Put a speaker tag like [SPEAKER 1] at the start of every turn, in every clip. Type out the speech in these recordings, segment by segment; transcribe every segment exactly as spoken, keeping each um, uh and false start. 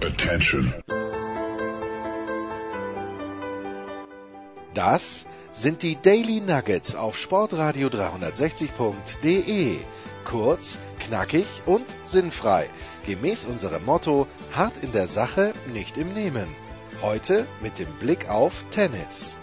[SPEAKER 1] Attention.
[SPEAKER 2] Das sind die Daily Nuggets auf sportradio dreihundertsechzig punkt de. Kurz, knackig und sinnfrei. Gemäß unserem Motto: hart in der Sache, nicht im Nehmen. Heute mit dem Blick auf Tennis.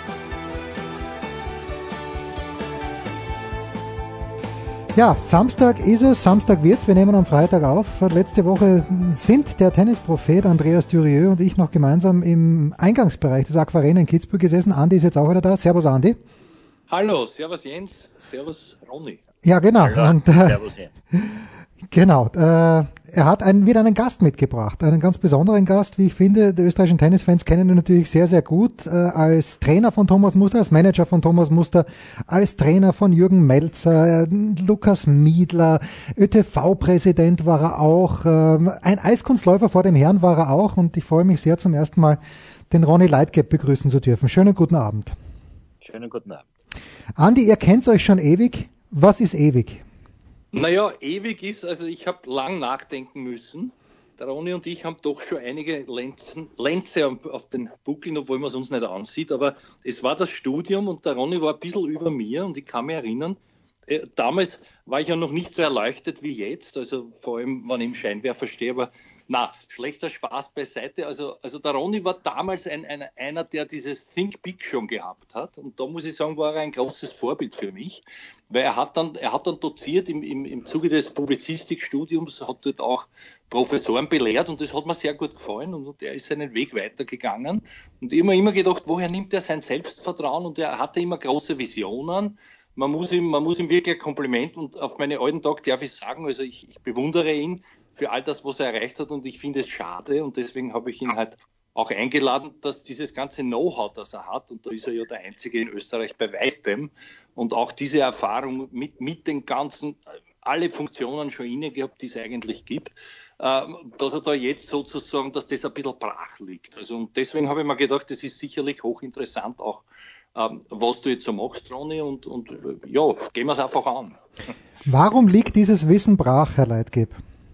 [SPEAKER 3] Ja, Samstag ist es, Samstag wird's, wir nehmen am Freitag auf. Letzte Woche sind der Tennisprophet Andreas Dürieu und ich noch gemeinsam im Eingangsbereich des Aquarena in Kitzbühel gesessen. Andi ist jetzt auch wieder da. Servus Andi.
[SPEAKER 4] Hallo, servus Jens, servus Ronny.
[SPEAKER 3] Ja, genau.
[SPEAKER 4] Hallo,
[SPEAKER 3] und, äh,
[SPEAKER 4] servus Jens.
[SPEAKER 3] Genau, äh, er hat einen, wieder einen Gast mitgebracht, einen ganz besonderen Gast, wie ich finde. Die österreichischen Tennisfans kennen ihn natürlich sehr, sehr gut, äh, als Trainer von Thomas Muster, als Manager von Thomas Muster, als Trainer von Jürgen Melzer, äh, Lukas Miedler, ÖTV-Präsident war er auch, äh, ein Eiskunstläufer vor dem Herrn war er auch, und ich freue mich sehr, zum ersten Mal den Ronny Leitgeb begrüßen zu dürfen. Schönen guten Abend.
[SPEAKER 4] Schönen guten Abend.
[SPEAKER 3] Andi, ihr kennt euch schon ewig. Was ist ewig?
[SPEAKER 4] Naja, ewig ist, also ich habe lang nachdenken müssen. Der Ronny und ich haben doch schon einige Lenzen, Lenze auf den Buckeln, obwohl man es uns nicht ansieht, aber es war das Studium und der Ronny war ein bisschen über mir und ich kann mich erinnern, äh, damals war ich ja noch nicht so erleuchtet wie jetzt, also vor allem, wenn ich im Scheinwerfer stehe, aber na, schlechter Spaß beiseite. Also, also der Ronny war damals ein, ein, einer, der dieses Think Big schon gehabt hat, und da muss ich sagen, war er ein großes Vorbild für mich, weil er hat dann, er hat dann doziert im, im, im Zuge des Publizistikstudiums, hat dort auch Professoren belehrt und das hat mir sehr gut gefallen, und, und er ist seinen Weg weitergegangen und ich habe mir immer gedacht, woher nimmt er sein Selbstvertrauen, und er hatte immer große Visionen. Man muss ihm, man muss ihm wirklich ein Kompliment, und auf meine alten Tage darf ich sagen, also ich, ich bewundere ihn für all das, was er erreicht hat, und ich finde es schade, und deswegen habe ich ihn halt auch eingeladen, dass dieses ganze Know-how, das er hat, und da ist er ja der Einzige in Österreich bei weitem, und auch diese Erfahrung mit, mit den ganzen, alle Funktionen schon inne gehabt, die es eigentlich gibt, äh, dass er da jetzt sozusagen, dass das ein bisschen brach liegt. Also, und deswegen habe ich mir gedacht, das ist sicherlich hochinteressant auch, Ähm, was du jetzt so machst, Ronny, und, und ja, gehen wir es einfach an.
[SPEAKER 3] Warum liegt dieses Wissen brach, Herr Leitgeb?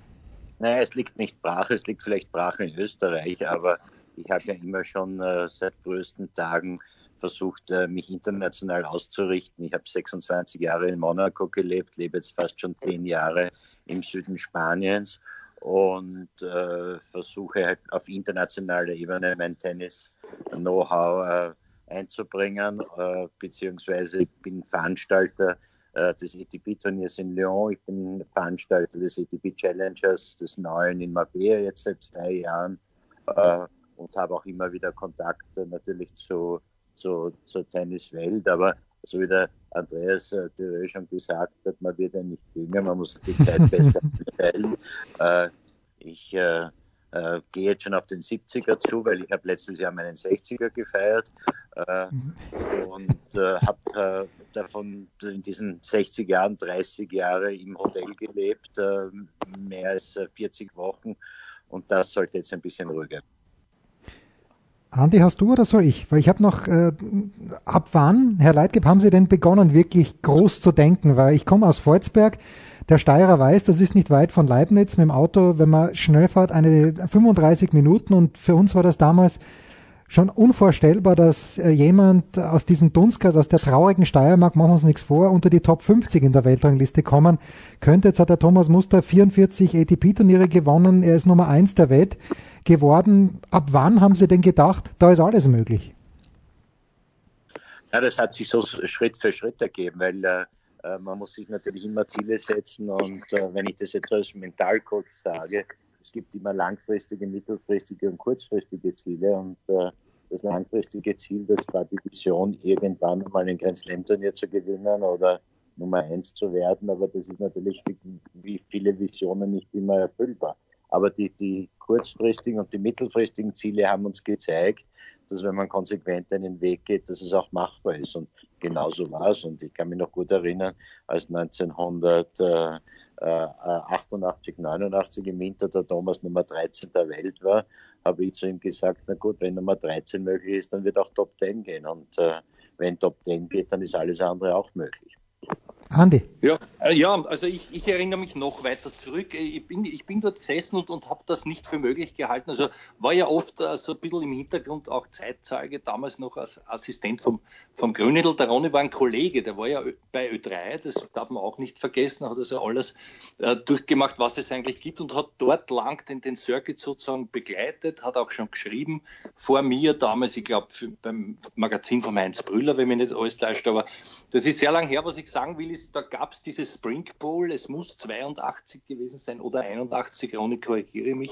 [SPEAKER 5] Naja, es liegt nicht brach, es liegt vielleicht brach in Österreich, aber ich habe ja immer schon äh, seit frühesten Tagen versucht, äh, mich international auszurichten. Ich habe sechsundzwanzig Jahre in Monaco gelebt, lebe jetzt fast schon zehn Jahre im Süden Spaniens und äh, versuche halt auf internationaler Ebene mein Tennis-Know-how äh, einzubringen, äh, beziehungsweise ich bin Veranstalter äh, des A T P-Turniers in Lyon, ich bin Veranstalter des A T P-Challengers, des neuen in Marbella jetzt seit zwei Jahren äh, und habe auch immer wieder Kontakte natürlich zu, zu, zur Tenniswelt, aber so wie der Andreas äh, Dürieu schon gesagt hat, man wird ja nicht jünger, man muss die Zeit besser einteilen. Äh, ich äh, Äh, gehe jetzt schon auf den siebziger zu, weil ich habe letztes Jahr meinen sechziger gefeiert äh, und äh, habe äh, davon in diesen sechzig Jahren dreißig Jahre im Hotel gelebt, äh, mehr als äh, vierzig Wochen, und das sollte jetzt ein bisschen ruhiger.
[SPEAKER 3] Andi, hast du oder soll ich? Weil ich habe noch, äh, ab wann, Herr Leitgeb, haben Sie denn begonnen, wirklich groß zu denken? Weil ich komme aus Volzberg. Der Steirer weiß, das ist nicht weit von Leibniz mit dem Auto, wenn man schnell fährt, eine fünfunddreißig Minuten, und für uns war das damals schon unvorstellbar, dass äh, jemand aus diesem Dunstkreis, aus der traurigen Steiermark, machen wir uns nichts vor, unter die Top fünfzig in der Weltrangliste kommen könnte. Jetzt hat der Thomas Muster vierundvierzig A T P-Turniere gewonnen, er ist Nummer eins der Welt geworden. Ab wann haben Sie denn gedacht, da ist alles möglich?
[SPEAKER 5] Ja, das hat sich so Schritt für Schritt ergeben, weil äh, man muss sich natürlich immer Ziele setzen, und äh, wenn ich das jetzt als Mentalcoach sage, es gibt immer langfristige, mittelfristige und kurzfristige Ziele, und äh, das langfristige Ziel, das war die Vision, irgendwann mal ein Grand Slam Turnier zu gewinnen oder Nummer eins zu werden, aber das ist natürlich wie, wie viele Visionen nicht immer erfüllbar. Aber die, die kurzfristigen und die mittelfristigen Ziele haben uns gezeigt, dass wenn man konsequent einen Weg geht, dass es auch machbar ist. Und genauso war es. Und ich kann mich noch gut erinnern, als neunzehnhundertachtundachtzig, neunundachtzig im Winter der Thomas Nummer dreizehn der Welt war, habe ich zu ihm gesagt, na gut, wenn Nummer dreizehn möglich ist, dann wird auch Top zehn gehen. Und äh, wenn Top zehn geht, dann ist alles andere auch möglich.
[SPEAKER 3] Andi.
[SPEAKER 4] Ja, äh, ja, also ich, ich erinnere mich noch weiter zurück. Ich bin, ich bin dort gesessen und, und habe das nicht für möglich gehalten. Also war ja oft äh, so ein bisschen im Hintergrund auch Zeitzeuge, damals noch als Assistent vom, vom Grünedl. Der Ronny war ein Kollege, der war ja bei Ö drei, das darf man auch nicht vergessen, hat also alles äh, durchgemacht, was es eigentlich gibt und hat dort lang den, den Circuit sozusagen begleitet, hat auch schon geschrieben, vor mir damals, ich glaube beim Magazin von Heinz Brüller, wenn mich nicht alles täuscht, aber das ist sehr lang her. Was ich sagen will, ist, da gab es dieses Spring Bowl, es muss zweiundachtzig gewesen sein oder einundachtzig, Ronny, korrigiere mich,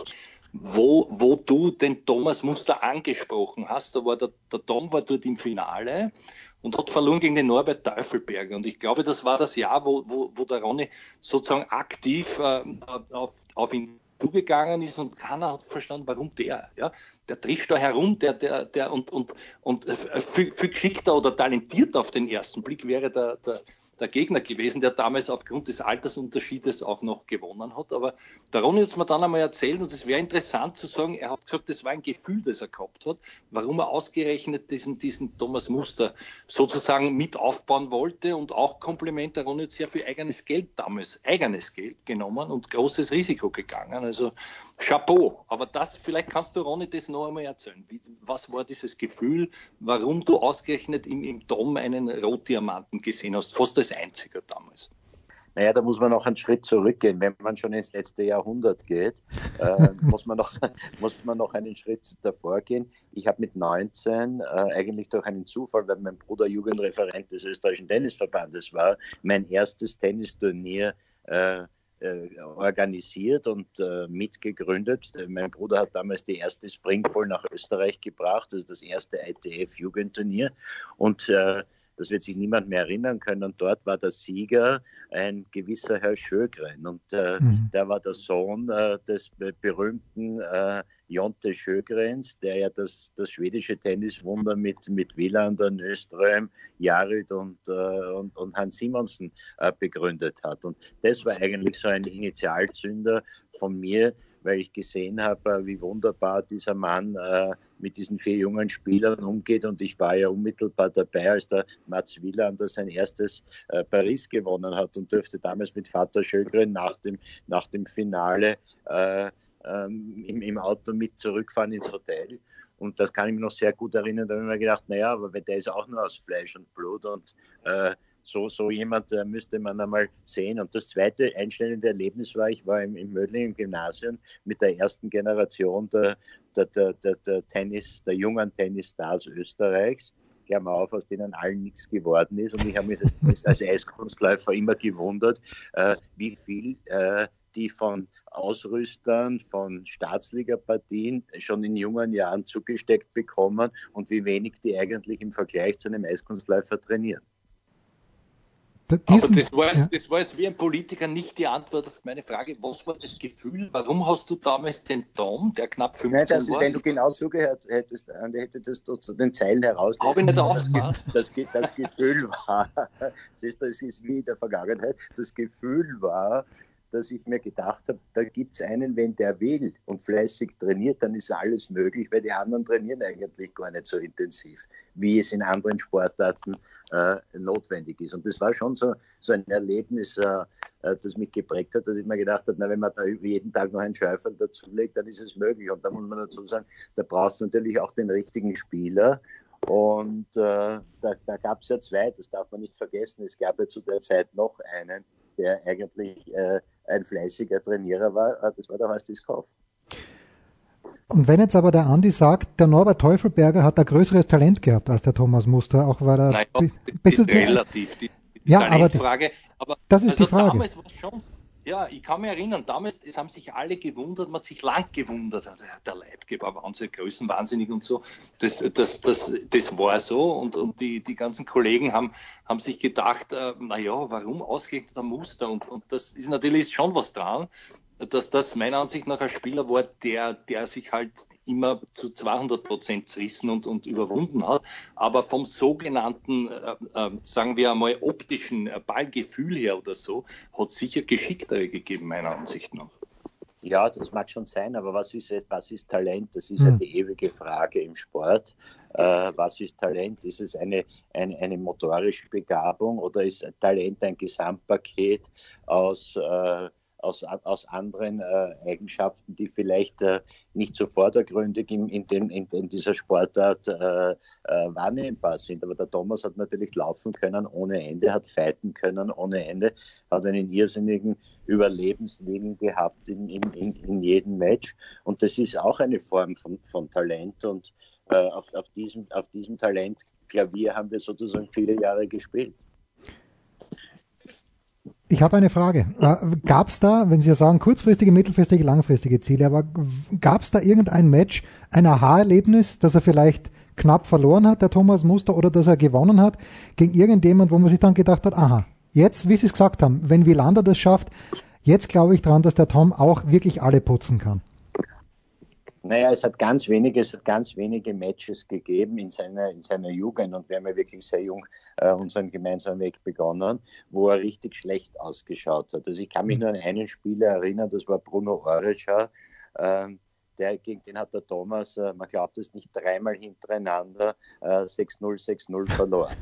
[SPEAKER 4] wo, wo du den Thomas Muster angesprochen hast. Da war der, der Tom war dort im Finale und hat verloren gegen den Norbert Teufelberger. Und ich glaube, das war das Jahr, wo, wo, wo der Ronny sozusagen aktiv äh, auf, auf ihn zugegangen ist und keiner hat verstanden, warum der, ja, der trifft da herum, der, der, der und, und, und viel, viel geschickter oder talentierter auf den ersten Blick wäre der, der, der Gegner gewesen, der damals aufgrund des Altersunterschiedes auch noch gewonnen hat. Aber der Ronny hat es mir dann einmal erzählt und es wäre interessant zu sagen, er hat gesagt, das war ein Gefühl, das er gehabt hat, warum er ausgerechnet diesen, diesen Thomas Muster sozusagen mit aufbauen wollte und auch Kompliment, der Ronny hat sehr viel eigenes Geld damals, eigenes Geld genommen und großes Risiko gegangen. Also Chapeau. Aber das, vielleicht kannst du, Ronny, das noch einmal erzählen. Wie, was war dieses Gefühl, warum du ausgerechnet im, im Dom einen Rotdiamanten gesehen hast, fast als einziger damals?
[SPEAKER 5] Naja, da muss man noch einen Schritt zurückgehen. Wenn man schon ins letzte Jahrhundert geht, äh, muss, man noch, muss man noch einen Schritt davor gehen. Ich habe mit neunzehn, äh, eigentlich durch einen Zufall, weil mein Bruder Jugendreferent des österreichischen Tennisverbandes war, mein erstes Tennisturnier äh, äh, organisiert und äh, mitgegründet. Mein Bruder hat damals die erste Springbowl nach Österreich gebracht, das ist das erste I T F-Jugendturnier. Und äh, das wird sich niemand mehr erinnern können. Und dort war der Sieger ein gewisser Herr Sjögren. Und äh, mhm. der war der Sohn äh, des berühmten äh, Jonte Sjögrens, der ja das, das schwedische Tenniswunder mit, mit Wilander, Nyström, Jaryd und, äh, und, und Hans Simonsen äh, begründet hat. Und das war eigentlich so ein Initialzünder von mir, weil ich gesehen habe, wie wunderbar dieser Mann äh, mit diesen vier jungen Spielern umgeht. Und ich war ja unmittelbar dabei, als der Mats Wilander sein erstes äh, Paris gewonnen hat und durfte damals mit Vater Sjögren nach dem, nach dem Finale äh, ähm, im, im Auto mit zurückfahren ins Hotel. Und das kann ich mir noch sehr gut erinnern. Da habe ich mir gedacht, naja, aber der ist auch nur aus Fleisch und Blut und äh, So, so jemand äh, müsste man einmal sehen. Und das zweite einschneidende Erlebnis war, ich war im, im Mödling im Gymnasium mit der ersten Generation der, der, der, der, der, Tennis, der jungen Tennisstars Österreichs. Klammer auf, aus denen allen nichts geworden ist. Und ich habe mich als Eiskunstläufer immer gewundert, äh, wie viel äh, die von Ausrüstern, von Staatsligapartien schon in jungen Jahren zugesteckt bekommen und wie wenig die eigentlich im Vergleich zu einem Eiskunstläufer trainieren.
[SPEAKER 4] Diesen, Aber das war, ja. das war jetzt wie ein Politiker nicht die Antwort auf meine Frage. Was war das Gefühl? Warum hast du damals den Tom, der knapp fünfzehn Nein, das ist,
[SPEAKER 5] war? Wenn du genau zugehört hättest, Andi, hätte das zu den Zeilen herauslesen.
[SPEAKER 4] Habe ich nicht aufgepasst.
[SPEAKER 5] Das, das, das Gefühl war, das ist, das ist wie in der Vergangenheit, das Gefühl war, dass ich mir gedacht habe, da gibt es einen, wenn der will und fleißig trainiert, dann ist alles möglich, weil die anderen trainieren eigentlich gar nicht so intensiv, wie es in anderen Sportarten äh, notwendig ist. Und das war schon so, so ein Erlebnis, äh, das mich geprägt hat, dass ich mir gedacht habe, na, wenn man da jeden Tag noch einen Schäufer dazulegt, dann ist es möglich. Und da muss man dazu sagen, da brauchst du natürlich auch den richtigen Spieler. Und äh, da, da gab es ja zwei, das darf man nicht vergessen. Es gab ja zu der Zeit noch einen, der eigentlich äh, ein fleißiger Trainierer war, das war der Horst Iskhoff.
[SPEAKER 3] Und wenn jetzt aber der Andi sagt, der Norbert Teufelberger hat ein größeres Talent gehabt als der Thomas Muster, auch weil er...
[SPEAKER 4] Nein, b- b- relativ, die, die
[SPEAKER 3] ja, aber, die,
[SPEAKER 4] Frage, aber
[SPEAKER 3] das ist
[SPEAKER 4] also
[SPEAKER 3] die Frage.
[SPEAKER 4] Damals war schon, ja, ich kann mich erinnern, damals es haben sich alle gewundert, man hat sich lang gewundert, also der Leitgeber war wahnsinnig, größenwahnsinnig und so, das, das, das, das war so und, und die, die ganzen Kollegen haben, haben sich gedacht, äh, naja, warum ausgerechnet der Muster und, und das ist natürlich schon was dran, dass das meiner Ansicht nach ein Spieler war, der, der sich halt immer zu zweihundert Prozent zerrissen und, und überwunden hat, aber vom sogenannten, äh, äh, sagen wir einmal, optischen Ballgefühl her oder so, hat sicher Geschicktere gegeben, meiner Ansicht nach.
[SPEAKER 5] Ja, das mag schon sein, aber was ist, was ist Talent? Das ist
[SPEAKER 3] Hm.
[SPEAKER 5] ja die ewige Frage im Sport. Äh, was ist Talent? Ist es eine, eine, eine motorische Begabung oder ist Talent ein Gesamtpaket aus, äh, aus, aus anderen äh, Eigenschaften, die vielleicht äh, nicht so vordergründig in, in, den, in, in dieser Sportart äh, äh, wahrnehmbar sind? Aber der Thomas hat natürlich laufen können ohne Ende, hat fighten können ohne Ende, hat einen irrsinnigen Überlebenswillen gehabt in, in, in, in jedem Match. Und das ist auch eine Form von, von Talent. Und äh, auf, auf, diesem, auf diesem Talentklavier haben wir sozusagen viele Jahre gespielt.
[SPEAKER 3] Ich habe eine Frage. Äh, gab es da, wenn Sie ja sagen, kurzfristige, mittelfristige, langfristige Ziele, aber gab es da irgendein Match, ein Aha-Erlebnis, dass er vielleicht knapp verloren hat, der Thomas Muster, oder dass er gewonnen hat gegen irgendjemand, wo man sich dann gedacht hat, aha, jetzt, wie Sie es gesagt haben, wenn Wilander das schafft, jetzt glaube ich dran, dass der Tom auch wirklich alle putzen kann.
[SPEAKER 5] Naja, es hat ganz wenige, es hat ganz wenige Matches gegeben in seiner, in seiner Jugend und wir haben ja wirklich sehr jung äh, unseren gemeinsamen Weg begonnen, wo er richtig schlecht ausgeschaut hat. Also ich kann mich nur an einen Spieler erinnern, das war Bruno Oreja, ähm, der, gegen den hat der Thomas, äh, man glaubt es nicht, dreimal hintereinander äh, sechs null, sechs null verloren.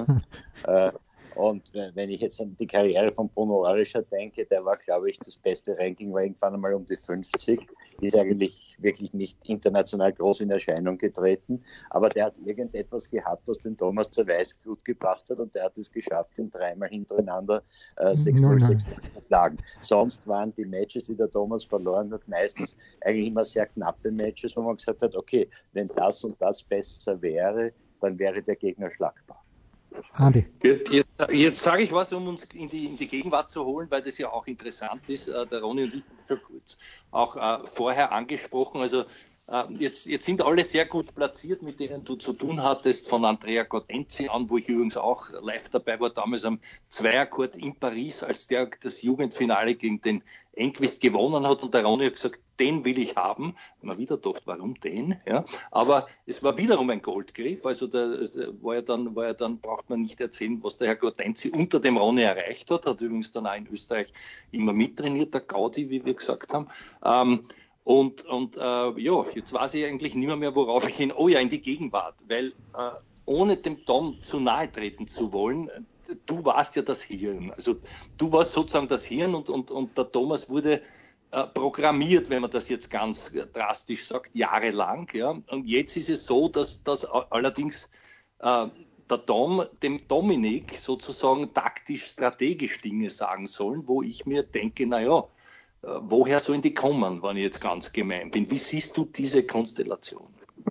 [SPEAKER 5] äh, Und wenn ich jetzt an die Karriere von Bruno Oreja denke, der war, glaube ich, das beste Ranking war irgendwann einmal um die fünfzig, ist eigentlich wirklich nicht international groß in Erscheinung getreten, aber der hat irgendetwas gehabt, was den Thomas zur Weißglut gebracht hat und der hat es geschafft, ihn dreimal hintereinander äh, sechs null, sechs null zu schlagen. Sonst waren die Matches, die der Thomas verloren hat, meistens eigentlich immer sehr knappe Matches, wo man gesagt hat, okay, wenn das und das besser wäre, dann wäre der Gegner schlagbar.
[SPEAKER 3] Andi.
[SPEAKER 4] Jetzt, jetzt, jetzt sage ich was, um uns in die, in die Gegenwart zu holen, weil das ja auch interessant ist. Äh, der Ronny und ich haben schon kurz auch äh, vorher angesprochen. Also äh, jetzt, jetzt sind alle sehr gut platziert, mit denen du zu tun hattest, von Andrea Gaudenzi an, wo ich übrigens auch live dabei war, damals am Zweiercourt in Paris, als der das Jugendfinale gegen den Enquist gewonnen hat und der Ronny hat gesagt, den will ich haben. Man wieder gedacht, warum den? Ja, aber es war wiederum ein Goldgriff. Also da war ja dann, war ja dann, braucht man nicht erzählen, was der Herr Gaudenzi unter dem Ronny erreicht hat. Hat übrigens dann auch in Österreich immer mittrainiert, der Gaudi, wie wir gesagt haben. Ähm, und und äh, ja, jetzt weiß ich eigentlich nicht mehr, mehr, worauf ich hin. Oh ja, in die Gegenwart, weil äh, ohne dem Tom zu nahe treten zu wollen, du warst ja das Hirn. Also du warst sozusagen das Hirn und, und, und der Thomas wurde äh, programmiert, wenn man das jetzt ganz drastisch sagt, jahrelang. Ja? Und jetzt ist es so, dass, dass allerdings äh, der Tom dem Dominik sozusagen taktisch-strategisch Dinge sagen sollen, wo ich mir denke, naja, äh, woher sollen die kommen, wenn ich jetzt ganz gemein bin? Wie siehst du diese Konstellation?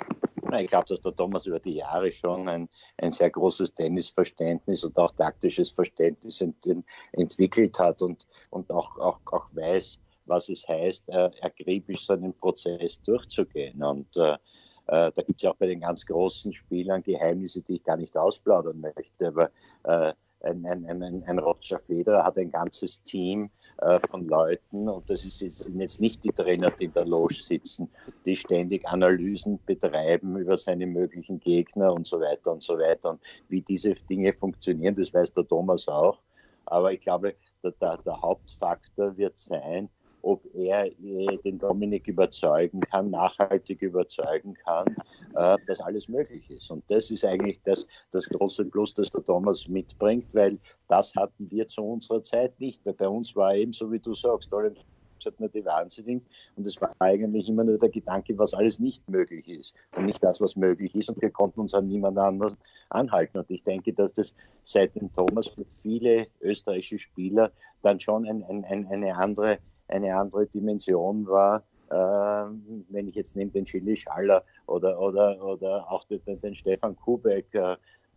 [SPEAKER 5] Ich glaube, dass der Thomas über die Jahre schon ein, ein sehr großes Tennisverständnis und auch taktisches Verständnis ent, ent, entwickelt hat und, und auch, auch, auch weiß, was es heißt, äh, akribisch so einen Prozess durchzugehen. Und äh, äh, da gibt es ja auch bei den ganz großen Spielern Geheimnisse, die ich gar nicht ausplaudern möchte. Aber äh, ein, ein, ein, ein Roger Federer hat ein ganzes Team äh, von Leuten und das ist, sind jetzt nicht die Trainer, die in der Loge sitzen, die ständig Analysen betreiben über seine möglichen Gegner und so weiter und so weiter. Und wie diese Dinge funktionieren, das weiß der Thomas auch. Aber ich glaube, der, der, der Hauptfaktor wird sein, ob er den Dominik überzeugen kann, nachhaltig überzeugen kann, äh, dass alles möglich ist. Und das ist eigentlich das, das große Plus, das der Thomas mitbringt, weil das hatten wir zu unserer Zeit nicht. Weil bei uns war eben, so wie du sagst, alle hatten nur die Wahnsinnigen und es war eigentlich immer nur der Gedanke, was alles nicht möglich ist und nicht das, was möglich ist. Und wir konnten uns an niemand anderen anhalten. Und ich denke, dass das seit dem Thomas für viele österreichische Spieler dann schon ein, ein, ein, eine andere eine andere Dimension war, äh, wenn ich jetzt nehme den Chili Schaller oder, oder, oder auch den, den Stefan Kubek äh,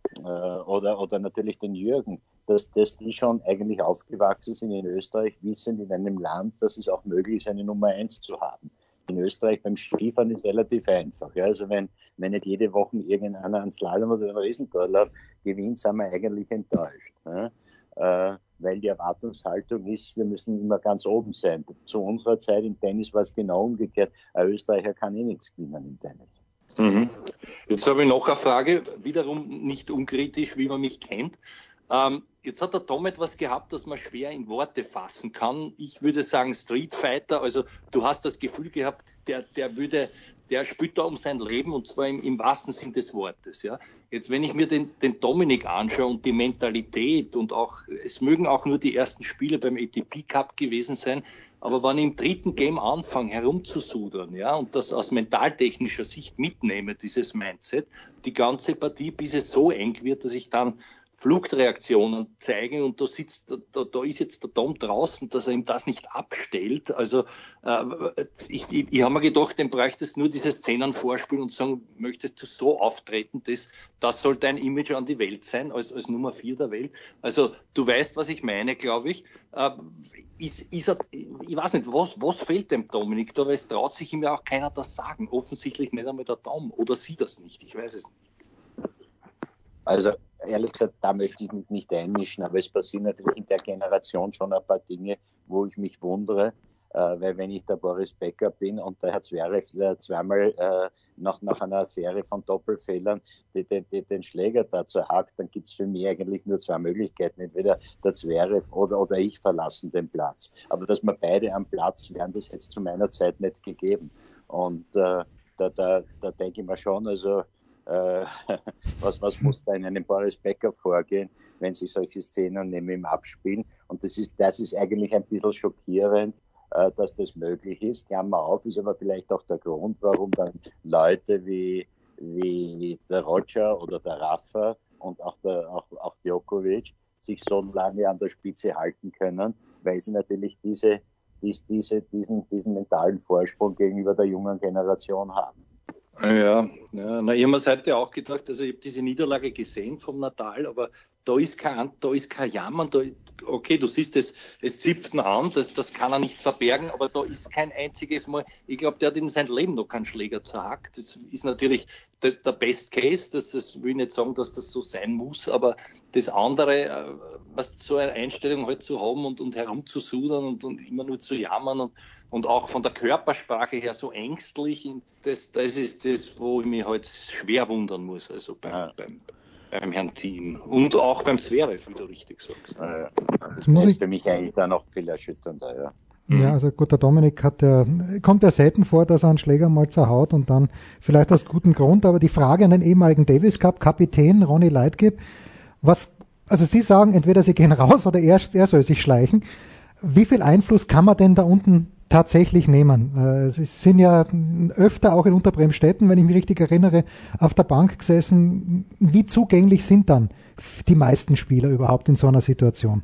[SPEAKER 5] oder, oder natürlich den Jürgen, dass, dass die schon eigentlich aufgewachsen sind in Österreich, wissen in einem Land, dass es auch möglich ist, eine Nummer eins zu haben. In Österreich beim Skifahren ist relativ einfach. Ja? Also wenn, wenn nicht jede Woche irgendeiner einen Slalom oder einen Riesentorlauf gewinnt, sind wir eigentlich enttäuscht. Ja? Äh, weil die Erwartungshaltung ist, wir müssen immer ganz oben sein. Zu unserer Zeit im Tennis war es genau umgekehrt. Ein Österreicher kann eh nichts gewinnen im Tennis.
[SPEAKER 4] Mhm. Jetzt habe ich noch eine Frage, wiederum nicht unkritisch, wie man mich kennt. Ähm, jetzt hat der Tom etwas gehabt, das man schwer in Worte fassen kann. Ich würde sagen Street Fighter, also du hast das Gefühl gehabt, der, der würde, der spielt da um sein Leben und zwar im, im wahrsten Sinn des Wortes. Ja. Jetzt, wenn ich mir den, den Dominik anschaue und die Mentalität und auch, es mögen auch nur die ersten Spiele beim A T P Cup gewesen sein, aber wenn ich im dritten Game anfange herumzusudern, ja, und das aus mentaltechnischer Sicht mitnehme, dieses Mindset, die ganze Partie, bis es so eng wird, dass ich dann Fluchtreaktionen zeige und da sitzt, da, da ist jetzt der Tom draußen, dass er ihm das nicht abstellt. Also äh, ich, ich, ich habe mir gedacht, dem bräuchtest nur diese Szenen vorspielen und sagen, möchtest du so auftreten, das, das soll dein Image an die Welt sein, als, als Nummer vier der Welt. Also du weißt, was ich meine, glaube ich. Äh, ist, ist er, ich weiß nicht, was, was fehlt dem Dominik da, weil es traut sich ihm ja auch keiner das sagen. Offensichtlich nicht einmal der Tom oder sie das nicht, ich weiß es nicht.
[SPEAKER 5] Also ehrlich gesagt, da möchte ich mich nicht einmischen, aber es passieren natürlich in der Generation schon ein paar Dinge, wo ich mich wundere, äh, weil wenn ich der Boris Becker bin und der Herr Zverev äh, zweimal äh, nach, nach einer Serie von Doppelfehlern die, die, die, den Schläger da zerhackt, dann gibt es für mich eigentlich nur zwei Möglichkeiten, entweder der Zverev oder, oder ich verlassen den Platz. Aber dass wir beide am Platz wären, das hätte es zu meiner Zeit nicht gegeben. Und äh, da, da, da denke ich mir schon, also Äh, was, was muss da in einem Boris Becker vorgehen, wenn sich solche Szenen neben ihm abspielen? Und das ist, das ist eigentlich ein bisschen schockierend, äh, dass das möglich ist. Klammer auf, ist aber vielleicht auch der Grund, warum dann Leute wie, wie der Roger oder der Rafa und auch, der, auch, auch Djokovic sich so lange an der Spitze halten können, weil sie natürlich diese, dies, diese, diesen, diesen mentalen Vorsprung gegenüber der jungen Generation haben.
[SPEAKER 4] Ja, ja, na, ich habe mir seitdem auch gedacht, also ich habe diese Niederlage gesehen vom Nadal, aber da ist kein, da ist kein Jammern, da, okay, du siehst es, es zipft ihn an, das, das kann er nicht verbergen, aber da ist kein einziges Mal, ich glaube, der hat in seinem Leben noch keinen Schläger zerhackt. Das ist natürlich der, der Best Case, das, das will ich nicht sagen, dass das so sein muss, aber das andere, was so eine Einstellung halt zu haben und, und herumzusudern und, und immer nur zu jammern und Und auch von der Körpersprache her so ängstlich, das, das ist das, wo ich mich halt schwer wundern muss, also beim, ja. beim, beim Herrn Thiem. Und auch beim Zverev, wie du richtig sagst.
[SPEAKER 5] Ja, das muss ist für mich eigentlich da noch viel erschütternder, ja.
[SPEAKER 3] Ja, also gut, der Dominik hat ja, kommt ja selten vor, dass er einen Schläger mal zerhaut und dann vielleicht aus gutem Grund, aber die Frage an den ehemaligen Davis Cup Kapitän Ronny Leitgeb, was, also Sie sagen, entweder Sie gehen raus oder er, er soll sich schleichen. Wie viel Einfluss kann man denn da unten tatsächlich nehmen? Sie sind ja öfter auch in Unterbremstetten, wenn ich mich richtig erinnere, auf der Bank gesessen. Wie zugänglich sind dann die meisten Spieler überhaupt in so einer Situation?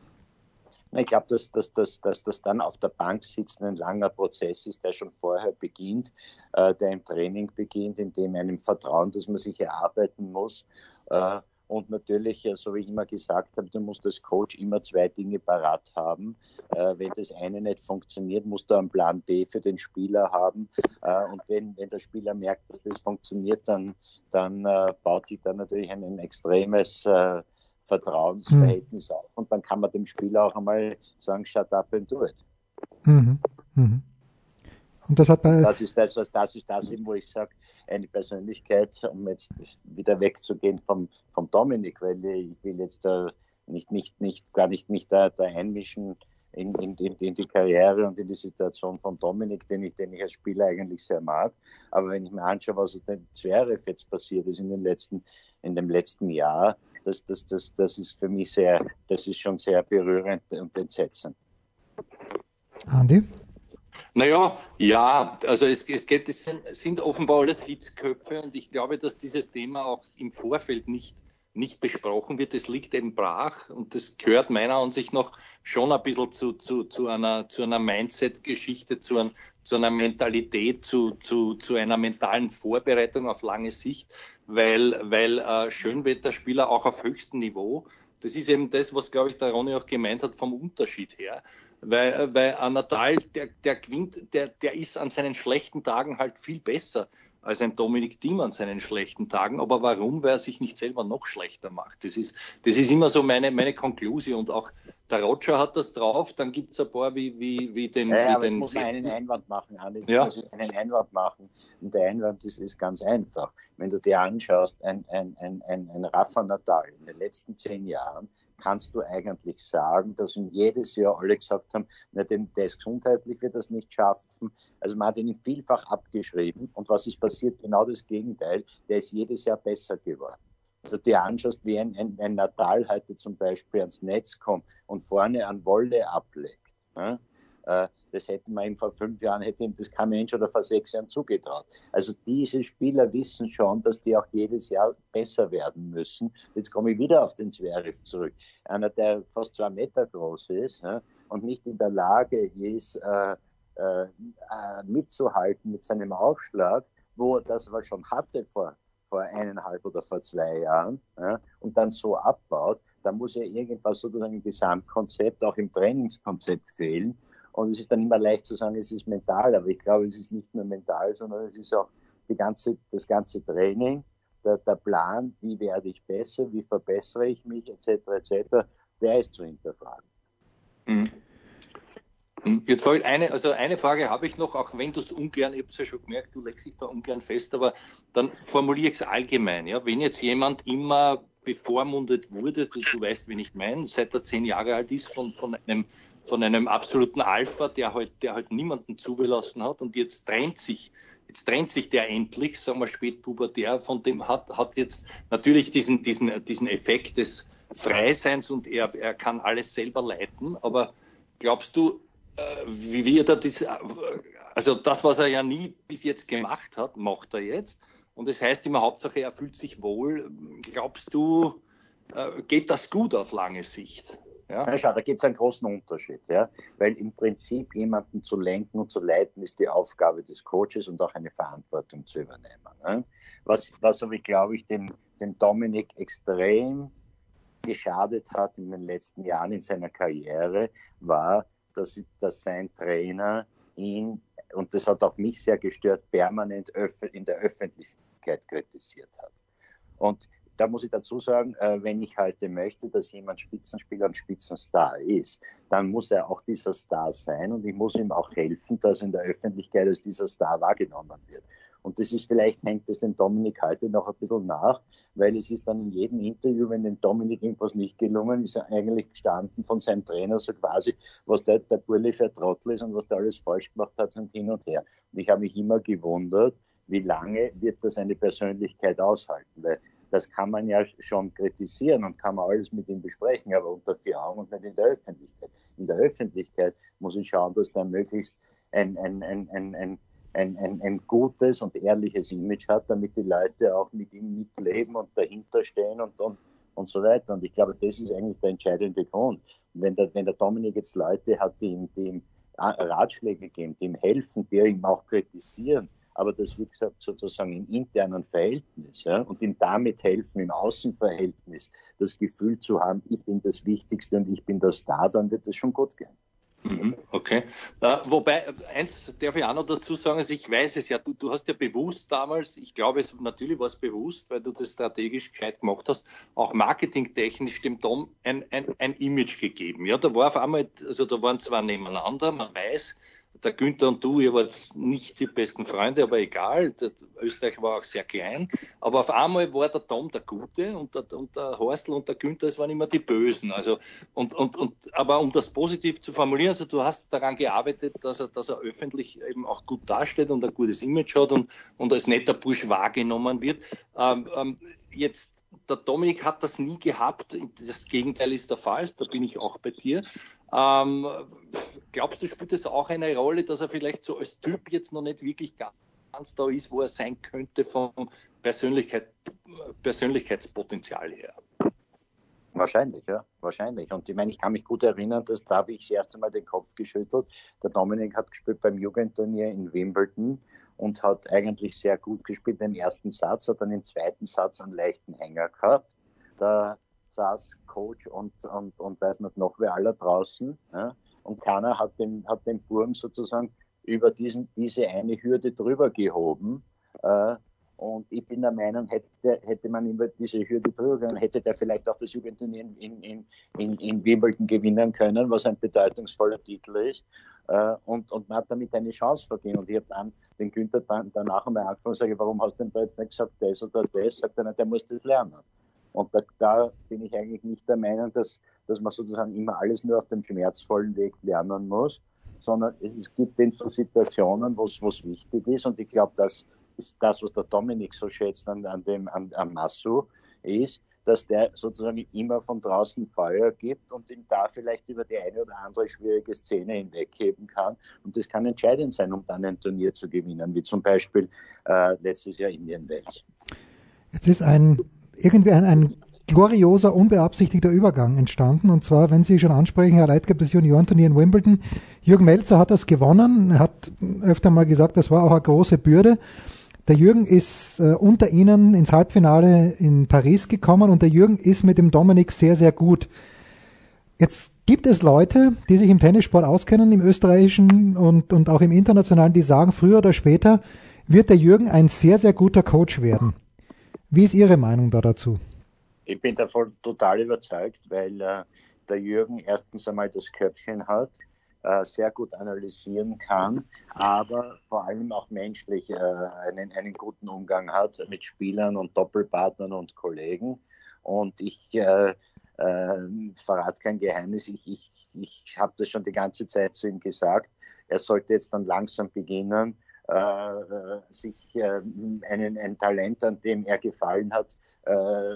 [SPEAKER 5] Ich glaube, dass, dass, dass, dass das dann auf der Bank sitzen ein langer Prozess ist, der schon vorher beginnt, äh, der im Training beginnt, in dem einem Vertrauen, das man sich erarbeiten muss. Äh, Und natürlich, so wie ich immer gesagt habe, du musst als Coach immer zwei Dinge parat haben. Äh, wenn das eine nicht funktioniert, musst du einen Plan B für den Spieler haben. Äh, und wenn, wenn der Spieler merkt, dass das funktioniert, dann, dann äh, baut sich da natürlich ein, ein extremes äh, Vertrauensverhältnis mhm. auf. Und dann kann man dem Spieler auch einmal sagen, shut up and do it.
[SPEAKER 3] Mhm. Mhm. Und das hat bei
[SPEAKER 5] das ist das, was das ist das, wo ich sage, eine Persönlichkeit, um jetzt wieder wegzugehen vom, vom Dominik, weil ich will jetzt äh, nicht, nicht, nicht, gar nicht mich da, da einmischen in, in, in die Karriere und in die Situation von Dominik, den ich, den ich als Spieler eigentlich sehr mag. Aber wenn ich mir anschaue, was mit dem Zverev jetzt passiert ist in den letzten, in dem letzten Jahr, das, das, das, das ist für mich sehr, das ist schon sehr berührend und entsetzend.
[SPEAKER 3] Andi?
[SPEAKER 4] Naja, ja, also es, es, geht, es sind, sind offenbar alles Hitzköpfe und ich glaube, dass dieses Thema auch im Vorfeld nicht, nicht besprochen wird. Es liegt eben brach und das gehört meiner Ansicht nach schon ein bisschen zu, zu, zu einer, zu einer Mindset-Geschichte, zu, ein, zu einer Mentalität, zu, zu, zu einer mentalen Vorbereitung auf lange Sicht, weil, weil äh, Schönwetterspieler auch auf höchstem Niveau, das ist eben das, was, glaube ich, der Ronny auch gemeint hat vom Unterschied her. Weil, weil ein Nadal, der, der gewinnt, der, der ist an seinen schlechten Tagen halt viel besser als ein Dominik Thiem an seinen schlechten Tagen. Aber warum? Weil er sich nicht selber noch schlechter macht. Das ist, das ist immer so meine, meine Konklusion. Und auch der Roger hat das drauf. Dann gibt es ein paar wie, wie, wie den...
[SPEAKER 5] Ja, ja,
[SPEAKER 4] wie
[SPEAKER 5] aber
[SPEAKER 4] den
[SPEAKER 5] jetzt muss man einen Einwand machen, Andi. Jetzt
[SPEAKER 4] ja.
[SPEAKER 5] muss ich einen Einwand machen. Und der Einwand ist, ist ganz einfach. Wenn du dir anschaust, ein, ein, ein, ein, ein Rafa Nadal in den letzten zehn Jahren, kannst du eigentlich sagen, dass ihm jedes Jahr alle gesagt haben, na, dem, der ist gesundheitlich, wird das nicht schaffen. Also man hat ihn vielfach abgeschrieben. Und was ist passiert? Genau das Gegenteil. Der ist jedes Jahr besser geworden. Also dir anschaust, wie ein, ein, ein Nadal heute zum Beispiel ans Netz kommt und vorne an Wolle ablegt. Ja? Das hätte man ihm vor fünf Jahren, hätte ihm das kein Mensch oder vor sechs Jahren zugetraut. Also diese Spieler wissen schon, dass die auch jedes Jahr besser werden müssen. Jetzt komme ich wieder auf den Zverev zurück. Einer, der fast zwei Meter groß ist, ja, und nicht in der Lage ist, äh, äh, mitzuhalten mit seinem Aufschlag, wo er das aber schon hatte vor, vor eineinhalb oder vor zwei Jahren, ja, und dann so abbaut, da muss ja irgendwas sozusagen im Gesamtkonzept, auch im Trainingskonzept fehlen. Und es ist dann immer leicht zu sagen, es ist mental, aber ich glaube, es ist nicht nur mental, sondern es ist auch die ganze, das ganze Training, der, der Plan, wie werde ich besser, wie verbessere ich mich, et cetera et cetera, der ist zu hinterfragen.
[SPEAKER 4] Mhm. Jetzt eine, also eine Frage habe ich noch, auch wenn du es ungern, ich habe es ja schon gemerkt, du legst dich da ungern fest, aber dann formuliere ich es allgemein. Ja? Wenn jetzt jemand immer bevormundet wurde, du, du weißt, wen ich meine, seit er zehn Jahre alt ist, von, von einem von einem absoluten Alpha, der halt, der halt niemanden zugelassen hat, und jetzt trennt sich, jetzt trennt sich der endlich, sagen wir spätpubertär, von dem hat, hat jetzt natürlich diesen, diesen, diesen Effekt des Freiseins, und er, er kann alles selber leiten, aber glaubst du, äh, wie wird er das, also das, was er ja nie bis jetzt gemacht hat, macht er jetzt, und das heißt immer, Hauptsache er fühlt sich wohl. Glaubst du, äh, geht das gut auf lange Sicht? Ja.
[SPEAKER 5] Na, schau, da gibt es einen großen Unterschied, ja? Weil im Prinzip jemanden zu lenken und zu leiten ist die Aufgabe des Coaches und auch eine Verantwortung zu übernehmen. Ne? Was, was aber, glaube ich, dem, dem Dominik extrem geschadet hat in den letzten Jahren in seiner Karriere, war, dass, dass sein Trainer ihn, und das hat auch mich sehr gestört, permanent in der Öffentlichkeit kritisiert hat. Und da muss ich dazu sagen, wenn ich heute möchte, dass jemand Spitzenspieler und Spitzenstar ist, dann muss er auch dieser Star sein, und ich muss ihm auch helfen, dass in der Öffentlichkeit als dieser Star wahrgenommen wird. Und das ist, vielleicht hängt es dem Dominik heute noch ein bisschen nach, weil es ist dann in jedem Interview, wenn dem Dominik irgendwas nicht gelungen ist, er eigentlich gestanden von seinem Trainer so quasi, was der, der Burli für ein Trottel ist und was der alles falsch gemacht hat und hin und her. Und ich habe mich immer gewundert, wie lange wird das eine Persönlichkeit aushalten, weil das kann man ja schon kritisieren und kann man alles mit ihm besprechen, aber unter vier Augen und nicht in der Öffentlichkeit. In der Öffentlichkeit muss ich schauen, dass der möglichst ein, ein, ein, ein, ein, ein, ein, ein gutes und ehrliches Image hat, damit die Leute auch mit ihm mitleben und dahinter stehen und, und, und so weiter. Und ich glaube, das ist eigentlich der entscheidende Grund. Wenn der, wenn der Dominik jetzt Leute hat, die ihm, die ihm Ratschläge geben, die ihm helfen, die ihm auch kritisieren, aber das, wie gesagt, sozusagen im internen Verhältnis, ja, und ihm damit helfen, im Außenverhältnis das Gefühl zu haben, ich bin das Wichtigste und ich bin der Star, dann wird es schon gut gehen.
[SPEAKER 4] Mhm, okay. Uh, wobei, eins darf ich auch noch dazu sagen, also ich weiß es ja, du, du hast ja bewusst damals, ich glaube, es, natürlich war es bewusst, weil du das strategisch gescheit gemacht hast, auch marketingtechnisch dem Tom ein, ein, ein Image gegeben. Ja, da war auf einmal, also da waren zwar nebeneinander, man weiß, der Günther und du, ihr wart nicht die besten Freunde, aber egal. Österreich war auch sehr klein. Aber auf einmal war der Tom der Gute und der, und der Horstl und der Günther, es waren immer die Bösen. Also, und, und, und, aber um das positiv zu formulieren, also du hast daran gearbeitet, dass er, dass er öffentlich eben auch gut dasteht und ein gutes Image hat und, und als netter Bursch wahrgenommen wird. Ähm, ähm, jetzt, der Dominik hat das nie gehabt. Das Gegenteil ist der Fall. Da bin ich auch bei dir. Ähm, glaubst du, spielt es auch eine Rolle, dass er vielleicht so als Typ jetzt noch nicht wirklich ganz da ist, wo er sein könnte vom Persönlichkeit, Persönlichkeitspotenzial her?
[SPEAKER 5] Wahrscheinlich, ja, wahrscheinlich. Und ich meine, ich kann mich gut erinnern, dass da habe ich das erste Mal den Kopf geschüttelt. Der Dominik hat gespielt beim Jugendturnier in Wimbledon und hat eigentlich sehr gut gespielt im ersten Satz, hat dann im zweiten Satz einen leichten Hänger gehabt. Da saß Coach und, und, und weiß nicht noch wer alle draußen, ja, und keiner hat den, hat den Burm sozusagen über diesen, diese eine Hürde drüber gehoben. Äh, und ich bin der Meinung, hätte, hätte man über diese Hürde drüber gegangen, hätte der vielleicht auch das Jugendturnier in, in, in, in Wimbledon gewinnen können, was ein bedeutungsvoller Titel ist. Äh, und, und man hat damit eine Chance vergeben. Und ich habe dann den Günther dann, danach einmal angefangen und sage, warum hast du denn da jetzt nicht gesagt, das oder das? Sagt er, der muss das lernen. Und da, da bin ich eigentlich nicht der Meinung, dass, dass man sozusagen immer alles nur auf dem schmerzvollen Weg lernen muss, sondern es gibt eben so Situationen, wo es wichtig ist. Und ich glaube, das ist das, was der Dominik so schätzt an, an dem an, an Massu, ist, dass der sozusagen immer von draußen Feuer gibt und ihm da vielleicht über die eine oder andere schwierige Szene hinwegheben kann. Und das kann entscheidend sein, um dann ein Turnier zu gewinnen, wie zum Beispiel äh, letztes Jahr Indian Wells.
[SPEAKER 3] Jetzt ist ein irgendwie ein, ein glorioser, unbeabsichtigter Übergang entstanden. Und zwar, wenn Sie schon ansprechen, Herr Leitgeb, das Juniorenturnier in Wimbledon. Jürgen Melzer hat das gewonnen. Er hat öfter mal gesagt, das war auch eine große Bürde. Der Jürgen ist äh, unter Ihnen ins Halbfinale in Paris gekommen und der Jürgen ist mit dem Dominik sehr, sehr gut. Jetzt gibt es Leute, die sich im Tennissport auskennen, im österreichischen und, und auch im internationalen, die sagen, früher oder später wird der Jürgen ein sehr, sehr guter Coach werden. Wie ist Ihre Meinung da dazu?
[SPEAKER 5] Ich bin davon total überzeugt, weil äh, der Jürgen erstens einmal das Köpfchen hat, äh, sehr gut analysieren kann, aber vor allem auch menschlich äh, einen, einen guten Umgang hat mit Spielern und Doppelpartnern und Kollegen. Und ich äh, äh, verrate kein Geheimnis, ich, ich, ich habe das schon die ganze Zeit zu ihm gesagt, er sollte jetzt dann langsam beginnen, Äh, sich äh, einen, ein Talent, an dem er gefallen hat, äh,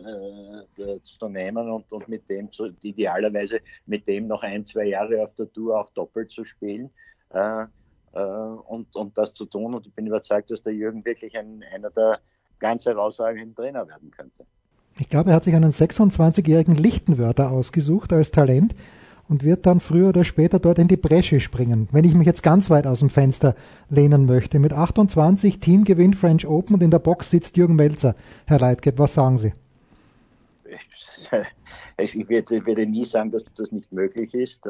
[SPEAKER 5] äh, zu nehmen und, und mit dem zu, idealerweise mit dem noch ein, zwei Jahre auf der Tour auch doppelt zu spielen äh, äh, und, und das zu tun. Und ich bin überzeugt, dass der Jürgen wirklich ein, einer der ganz herausragenden Trainer werden könnte.
[SPEAKER 3] Ich glaube, er hat sich einen sechsundzwanzigjährigen Lichtenwörter ausgesucht als Talent und wird dann früher oder später dort in die Bresche springen. Wenn ich mich jetzt ganz weit aus dem Fenster lehnen möchte. Mit achtundzwanzig Teamgewinn French Open und in der Box sitzt Jürgen Melzer. Herr Leitgeb, was sagen Sie?
[SPEAKER 5] Ich würde, würde nie sagen, dass das nicht möglich ist.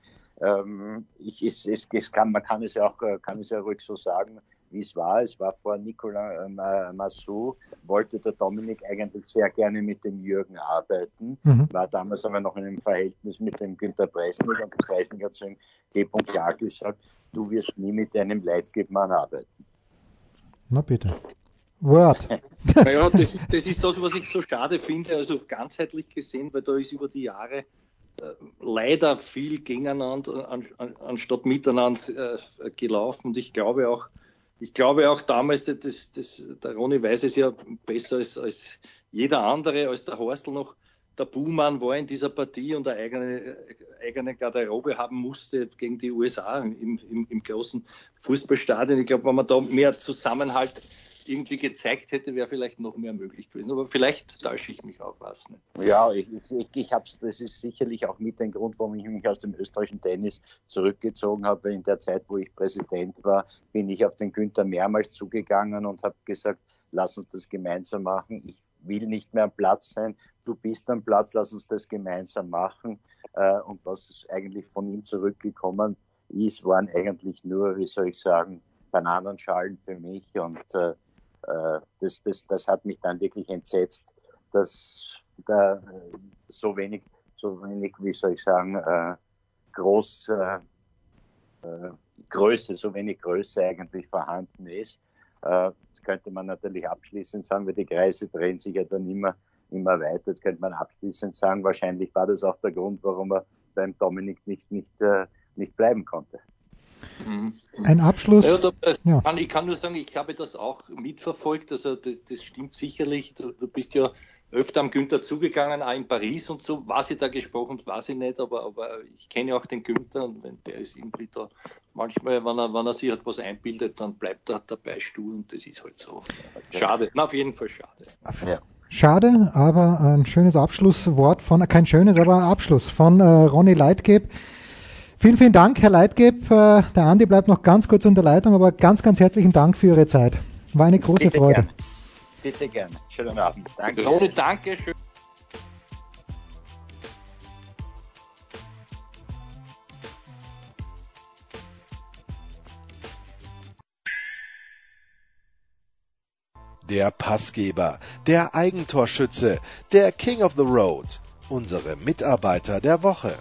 [SPEAKER 5] Ich, es, es, es kann, man kann es ja auch kann es ja ruhig so sagen, wie es war. Es war vor Nicolas Massu, wollte der Dominik eigentlich sehr gerne mit dem Jürgen arbeiten, mhm. war damals aber noch in einem Verhältnis mit dem Günter Preisnig und der Preisnig hat zu ihm klipp und klar gesagt, du wirst nie mit einem Leitgebmann arbeiten.
[SPEAKER 3] Na bitte. Word.
[SPEAKER 4] Naja, das, das ist das, was ich so schade finde, also ganzheitlich gesehen, weil da ist über die Jahre äh, leider viel gegeneinander an, an, anstatt miteinander äh, gelaufen und ich glaube auch, Ich glaube auch damals, das, das, der Ronny weiß es ja besser als, als jeder andere, als der Horstl noch der Buhmann war in dieser Partie und eine eigene, eigene Garderobe haben musste gegen die U S A im, im, im großen Fußballstadion. Ich glaube, wenn man da mehr Zusammenhalt irgendwie gezeigt hätte, wäre vielleicht noch mehr möglich gewesen. Aber vielleicht täusche ich mich auch was. Ne?
[SPEAKER 5] Ja, ich, ich, ich hab's, das ist sicherlich auch mit ein Grund, warum ich mich aus dem österreichischen Tennis zurückgezogen habe. In der Zeit, wo ich Präsident war, bin ich auf den Günther mehrmals zugegangen und habe gesagt, lass uns das gemeinsam machen. Ich will nicht mehr am Platz sein. Du bist am Platz, lass uns das gemeinsam machen. Und was eigentlich von ihm zurückgekommen ist, waren eigentlich nur, wie soll ich sagen, Bananenschalen für mich und äh, Das, das, das hat mich dann wirklich entsetzt, dass da so wenig, so wenig, wie soll ich sagen, äh, groß, äh, äh, Größe, so wenig Größe eigentlich vorhanden ist. Äh, das könnte man natürlich abschließend sagen, weil die Kreise drehen sich ja dann immer, immer weiter. Das könnte man abschließend sagen, wahrscheinlich war das auch der Grund, warum er beim Dominik nicht, nicht, äh, nicht bleiben konnte.
[SPEAKER 3] Ein Abschluss.
[SPEAKER 4] Ja, da,
[SPEAKER 3] ja.
[SPEAKER 4] Kann, ich kann nur sagen, ich habe das auch mitverfolgt, also das, das stimmt sicherlich, du, du bist ja öfter am Günther zugegangen, auch in Paris und so, was ich da gesprochen, weiß ich nicht, aber, aber ich kenne auch den Günther und wenn der ist irgendwie da, manchmal, wenn er, wenn er sich etwas einbildet, dann bleibt er dabei stur und das ist halt so. Schade, na, auf jeden Fall schade.
[SPEAKER 3] Ja. Schade, aber ein schönes Abschlusswort von, kein schönes, aber ein Abschluss von äh, Ronny Leitgeb. Vielen, vielen Dank, Herr Leitgeb. Der Andi bleibt noch ganz kurz in der Leitung, aber ganz, ganz herzlichen Dank für Ihre Zeit. War eine große
[SPEAKER 5] Bitte
[SPEAKER 3] Freude.
[SPEAKER 5] Gern. Bitte gerne. Schönen Abend. Danke.
[SPEAKER 4] Ronny, danke schön.
[SPEAKER 2] Der Passgeber, der Eigentorschütze, der King of the Road, unsere Mitarbeiter der Woche.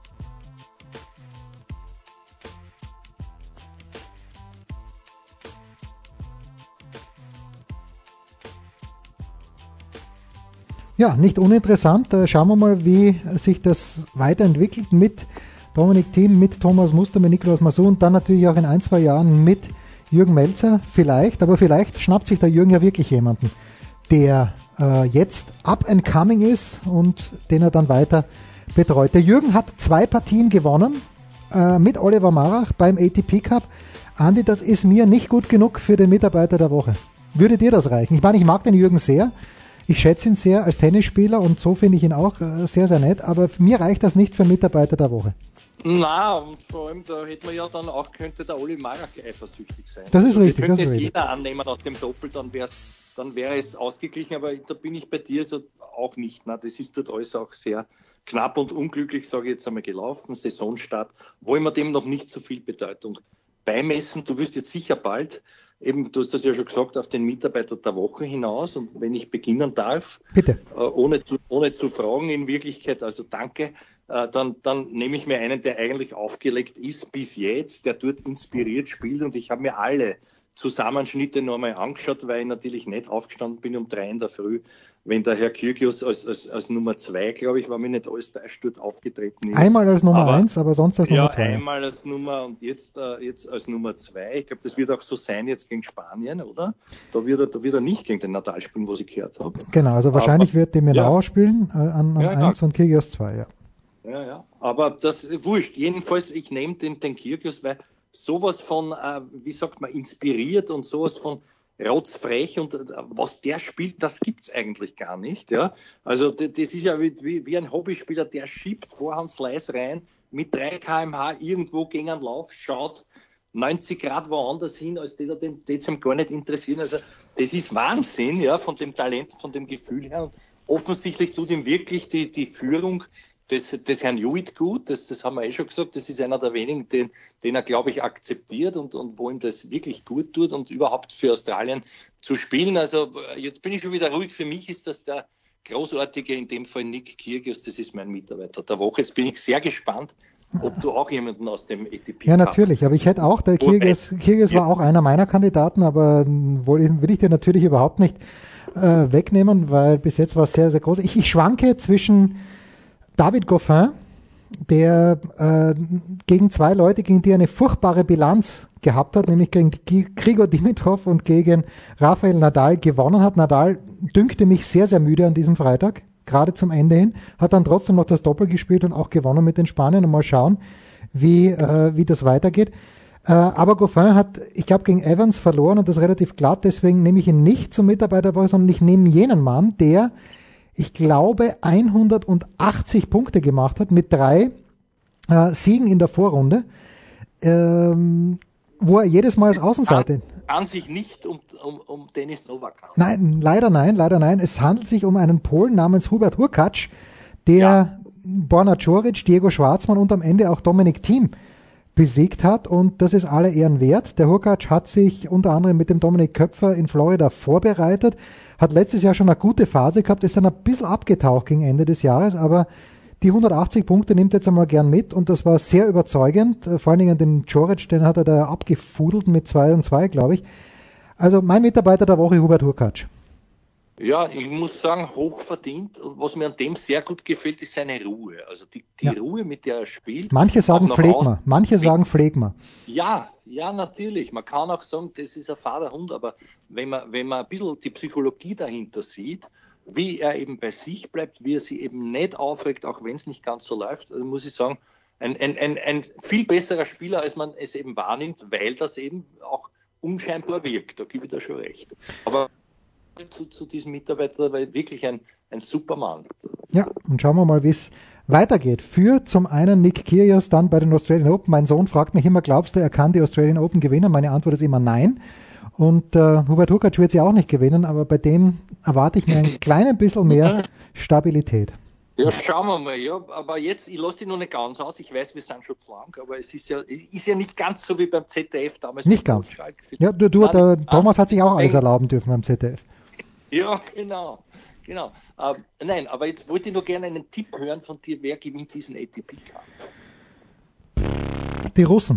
[SPEAKER 3] Ja, nicht uninteressant. Schauen wir mal, wie sich das weiterentwickelt mit Dominik Thiem, mit Thomas Muster, mit Nikolaus Masur und dann natürlich auch in ein, zwei Jahren mit Jürgen Melzer. Vielleicht, aber vielleicht schnappt sich der Jürgen ja wirklich jemanden, der äh, jetzt up and coming ist und den er dann weiter betreut. Der Jürgen hat zwei Partien gewonnen äh, mit Oliver Marach beim A T P Cup. Andi, das ist mir nicht gut genug für den Mitarbeiter der Woche. Würde dir das reichen? Ich meine, ich mag den Jürgen sehr. Ich schätze ihn sehr als Tennisspieler und so finde ich ihn auch äh, sehr, sehr nett, aber mir reicht das nicht für Mitarbeiter der Woche.
[SPEAKER 4] Na, und vor allem, da hätte man ja dann auch, könnte der Oli Marach eifersüchtig sein.
[SPEAKER 3] Das ist
[SPEAKER 4] also,
[SPEAKER 3] richtig.
[SPEAKER 4] Könnte
[SPEAKER 3] das
[SPEAKER 4] jetzt
[SPEAKER 3] ist
[SPEAKER 4] jeder
[SPEAKER 3] richtig.
[SPEAKER 4] annehmen aus dem Doppel, dann wäre es dann wäre es ausgeglichen, aber da bin ich bei dir so auch nicht. Na, das ist dort alles auch sehr knapp und unglücklich, sage ich jetzt einmal, gelaufen. Saisonstart, wollen wir dem noch nicht so viel Bedeutung beimessen. Du wirst jetzt sicher bald, eben, du hast das ja schon gesagt, auf den Mitarbeiter der Woche hinaus. Und wenn ich beginnen darf,
[SPEAKER 3] Bitte.
[SPEAKER 4] Äh, ohne, zu, ohne zu fragen in Wirklichkeit, also danke, äh, dann, dann nehme ich mir einen, der eigentlich aufgelegt ist bis jetzt, der dort inspiriert spielt. Und ich habe mir alle Zusammenschnitte noch einmal angeschaut, weil ich natürlich nicht aufgestanden bin um drei in der Früh, wenn der Herr Kyrgios als, als, als Nummer zwei, glaube ich, war mir nicht alles täuscht, dort aufgetreten ist.
[SPEAKER 3] Einmal als Nummer
[SPEAKER 4] aber,
[SPEAKER 3] eins, aber sonst als Nummer
[SPEAKER 4] ja,
[SPEAKER 3] zwei.
[SPEAKER 4] Ja, einmal als Nummer und jetzt, äh, jetzt als Nummer zwei. Ich glaube, das wird auch so sein jetzt gegen Spanien, oder? Da wird er, da wird er nicht gegen den Nadal spielen, was ich gehört habe.
[SPEAKER 3] Genau, also wahrscheinlich
[SPEAKER 4] aber,
[SPEAKER 3] wird de Minaur
[SPEAKER 4] ja.
[SPEAKER 3] spielen äh, an, an
[SPEAKER 4] ja,
[SPEAKER 3] eins und Kyrgios zwei, ja.
[SPEAKER 4] Ja, ja, aber das wurscht. Jedenfalls, ich nehme den, den Kyrgios, weil sowas von, äh, wie sagt man, inspiriert und sowas von rotzfrech und äh, was der spielt, das gibt's eigentlich gar nicht. Ja? Also d- das ist ja wie, wie, wie ein Hobbyspieler, der schiebt Vorhandsleis rein mit drei Kilometer pro Stunde irgendwo gegen einen Lauf, schaut neunzig Grad woanders hin, als die da den die ihm gar nicht interessieren. Also das ist Wahnsinn, ja, von dem Talent, von dem Gefühl her. Und offensichtlich tut ihm wirklich die, die Führung des, des Herrn Hewitt gut, das, das haben wir eh schon gesagt, das ist einer der wenigen, den, den er, glaube ich, akzeptiert und, und wo ihm das wirklich gut tut und überhaupt für Australien zu spielen. Also jetzt bin ich schon wieder ruhig, für mich ist das der großartige, in dem Fall Nick Kyrgios, das ist mein Mitarbeiter der Woche. Jetzt bin ich sehr gespannt, ob du auch jemanden aus dem A T P
[SPEAKER 3] Ja, natürlich, aber ich hätte auch, der Kyrgios, Kyrgios war auch einer meiner Kandidaten, aber wohl, will ich dir natürlich überhaupt nicht äh, wegnehmen, weil bis jetzt war es sehr, sehr groß. Ich, ich schwanke zwischen David Goffin, der äh, gegen zwei Leute, gegen die eine furchtbare Bilanz gehabt hat, nämlich gegen Grigor Dimitrov und gegen Rafael Nadal gewonnen hat. Nadal dünkte mich sehr, sehr müde an diesem Freitag, gerade zum Ende hin, hat dann trotzdem noch das Doppel gespielt und auch gewonnen mit den Spaniern. Und mal schauen, wie, äh, wie das weitergeht. Äh, aber Goffin hat, ich glaube, gegen Evans verloren und das relativ glatt, deswegen nehme ich ihn nicht zum Mitarbeiter, sondern ich nehme jenen Mann, der, ich glaube, hundertachtzig Punkte gemacht hat mit drei äh, Siegen in der Vorrunde, ähm, wo er jedes Mal als Außenseite...
[SPEAKER 4] An sich nicht um, um, um Denis Novak.
[SPEAKER 3] Nein, leider nein, leider nein. Es handelt sich um einen Polen namens Hubert Hurkacz, der ja. Borna Coric, Diego Schwartzmann und am Ende auch Dominik Thiem besiegt hat und das ist alle Ehren wert. Der Hurkacz hat sich unter anderem mit dem Dominik Köpfer in Florida vorbereitet, hat letztes Jahr schon eine gute Phase gehabt, ist dann ein bisschen abgetaucht gegen Ende des Jahres, aber die hundertachtzig Punkte nimmt er jetzt einmal gern mit und das war sehr überzeugend, vor allen Dingen den Coric, den hat er da abgefudelt mit zwei und zwei, glaube ich. Also mein Mitarbeiter der Woche, Hubert Hurkacz.
[SPEAKER 4] Ja, ich muss sagen, hochverdient. Und was mir an dem sehr gut gefällt, ist seine Ruhe. Also die, die ja. Ruhe, mit der er spielt.
[SPEAKER 3] Manche sagen Phlegma, manche sagen Phlegma.
[SPEAKER 4] Ja, ja, natürlich. Man kann auch sagen, das ist ein fader Hund, aber wenn man, wenn man ein bisschen die Psychologie dahinter sieht, wie er eben bei sich bleibt, wie er sich eben nicht aufregt, auch wenn es nicht ganz so läuft, also muss ich sagen, ein, ein, ein, ein viel besserer Spieler, als man es eben wahrnimmt, weil das eben auch unscheinbar wirkt. Da gebe ich da schon recht. Aber Zu, zu diesem Mitarbeiter, weil wirklich ein, ein super Mann.
[SPEAKER 3] Ja, und schauen wir mal, wie es weitergeht. Für zum einen Nick Kyrgios, dann bei den Australian Open. Mein Sohn fragt mich immer, glaubst du, er kann die Australian Open gewinnen? Meine Antwort ist immer nein. Und äh, Hubert Hurkacz wird sie auch nicht gewinnen, aber bei dem erwarte ich mir ein kleines bisschen mehr Stabilität.
[SPEAKER 4] Ja, schauen wir mal, ja. Aber jetzt, ich lasse die noch nicht ganz aus. Ich weiß, wir sind schon zu lang, aber es ist ja, es ist ja nicht ganz so wie beim Z D F damals.
[SPEAKER 3] Nicht ganz. Ja, du, du
[SPEAKER 4] Nein,
[SPEAKER 3] der
[SPEAKER 4] nicht.
[SPEAKER 3] Thomas hat sich auch alles erlauben dürfen beim Z D F.
[SPEAKER 4] Ja, genau. genau. Ähm, nein, aber jetzt wollte ich nur gerne einen Tipp hören von dir. Wer gewinnt diesen A T P Cup?
[SPEAKER 3] Die Russen.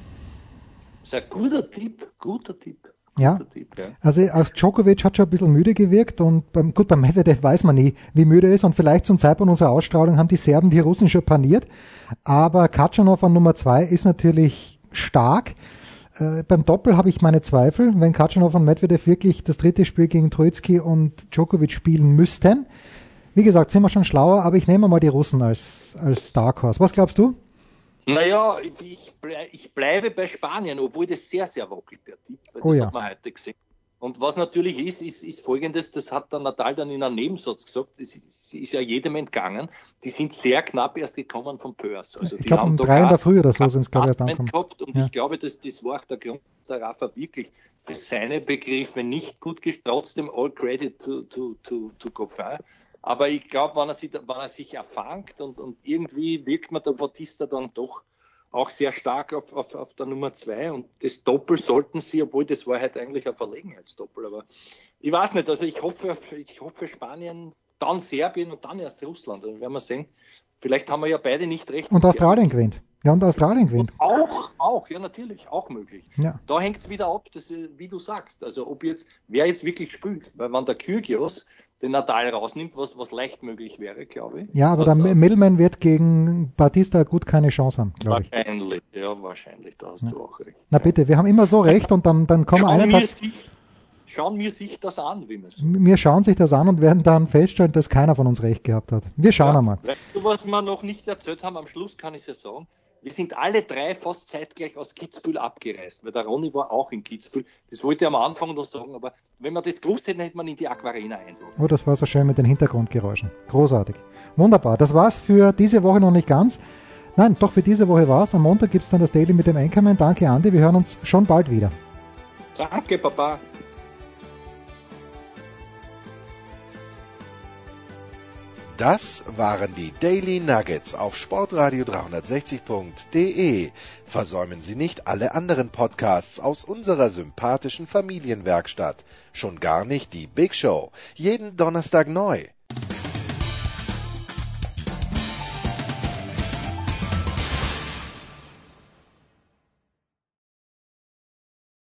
[SPEAKER 4] Das ist ein guter Tipp, guter Tipp.
[SPEAKER 3] Ja,
[SPEAKER 4] Tipp, ja.
[SPEAKER 3] also als Djokovic hat schon ein bisschen müde gewirkt und beim, gut, beim Medvedev weiß man nie, wie müde er ist und vielleicht zum Zeitpunkt unserer Ausstrahlung haben die Serben die Russen schon paniert, aber Khachanov an Nummer zwei ist natürlich stark. Äh, beim Doppel habe ich meine Zweifel, wenn Khachanov und Medvedev wirklich das dritte Spiel gegen Troicki und Djokovic spielen müssten. Wie gesagt, sind wir schon schlauer, aber ich nehme mal die Russen als, als Dark Horse. Was glaubst du?
[SPEAKER 4] Naja, ich, blei- ich bleibe bei Spanien, obwohl das sehr, sehr wackelt, der Tipp. Weil
[SPEAKER 3] Oh
[SPEAKER 4] das
[SPEAKER 3] ja.
[SPEAKER 4] hat man heute gesehen. Und was natürlich ist, ist, ist folgendes, das hat der Nadal dann in einem Nebensatz gesagt, das ist, ist ja jedem entgangen, die sind sehr knapp erst gekommen vom Pörs. Also
[SPEAKER 3] Ich
[SPEAKER 4] die
[SPEAKER 3] glaube,
[SPEAKER 4] haben
[SPEAKER 3] um
[SPEAKER 4] da
[SPEAKER 3] drei in der
[SPEAKER 4] kein
[SPEAKER 3] Früh oder so sind es, glaube ich, erst
[SPEAKER 4] Adjustment
[SPEAKER 3] angekommen.
[SPEAKER 4] gehabt und
[SPEAKER 3] Ja.
[SPEAKER 4] ich glaube, dass das war auch der Grund, dass der Rafa wirklich für seine Begriffe nicht gut gespielt, trotzdem all credit to, to, to, to Goffin. Aber ich glaube, wenn er sich, wenn er sich erfangt und, und irgendwie wirkt man der Bautista dann doch auch sehr stark auf, auf, auf der Nummer zwei und das Doppel sollten sie, obwohl das war halt eigentlich ein Verlegenheitsdoppel, aber ich weiß nicht, also ich hoffe, ich hoffe Spanien, dann Serbien und dann erst Russland, dann werden wir sehen. Vielleicht haben wir ja beide nicht recht.
[SPEAKER 3] Und Australien gewinnt. Ja, und Australien gewinnt.
[SPEAKER 4] Und auch, auch, ja natürlich, auch möglich.
[SPEAKER 3] Ja.
[SPEAKER 4] Da hängt es wieder ab, dass, wie du sagst, also ob jetzt, wer jetzt wirklich spielt, weil wenn der Kyrgios den Nadal rausnimmt, was, was leicht möglich wäre, glaube ich.
[SPEAKER 3] Ja, aber der
[SPEAKER 4] Hat-
[SPEAKER 3] Millman wird gegen Batista gut keine Chance haben, glaube ich.
[SPEAKER 4] Wahrscheinlich, ja, wahrscheinlich, da hast
[SPEAKER 3] Ja.
[SPEAKER 4] du auch recht.
[SPEAKER 3] Na bitte, wir haben immer so recht und dann, dann kommen wir
[SPEAKER 4] Schauen
[SPEAKER 3] einen
[SPEAKER 4] wir,
[SPEAKER 3] Tag,
[SPEAKER 4] sich, schauen wir sich das an, wie man so.
[SPEAKER 3] wir schauen sich das an und werden dann feststellen, dass keiner von uns recht gehabt hat. Wir schauen
[SPEAKER 4] Ja,
[SPEAKER 3] einmal.
[SPEAKER 4] weißt du, was wir noch nicht erzählt haben, am Schluss kann ich es ja sagen, wir sind alle drei fast zeitgleich aus Kitzbühel abgereist, weil der Ronny war auch in Kitzbühel. Das wollte ich am Anfang noch sagen, aber wenn wir das gewusst hätten, hätte man in die Aquarena einladen.
[SPEAKER 3] Oh, das war so schön mit den Hintergrundgeräuschen. Großartig. Wunderbar. Das war's für diese Woche noch nicht ganz. Nein, doch für diese Woche war's. Am Montag gibt's dann das Daily mit dem Anchorman. Danke, Andi. Wir hören uns schon bald wieder.
[SPEAKER 4] Danke, Papa.
[SPEAKER 2] Das waren die Daily Nuggets auf sportradio dreihundertsechzig punkt de. Versäumen Sie nicht alle anderen Podcasts aus unserer sympathischen Familienwerkstatt. Schon gar nicht die Big Show. Jeden Donnerstag neu.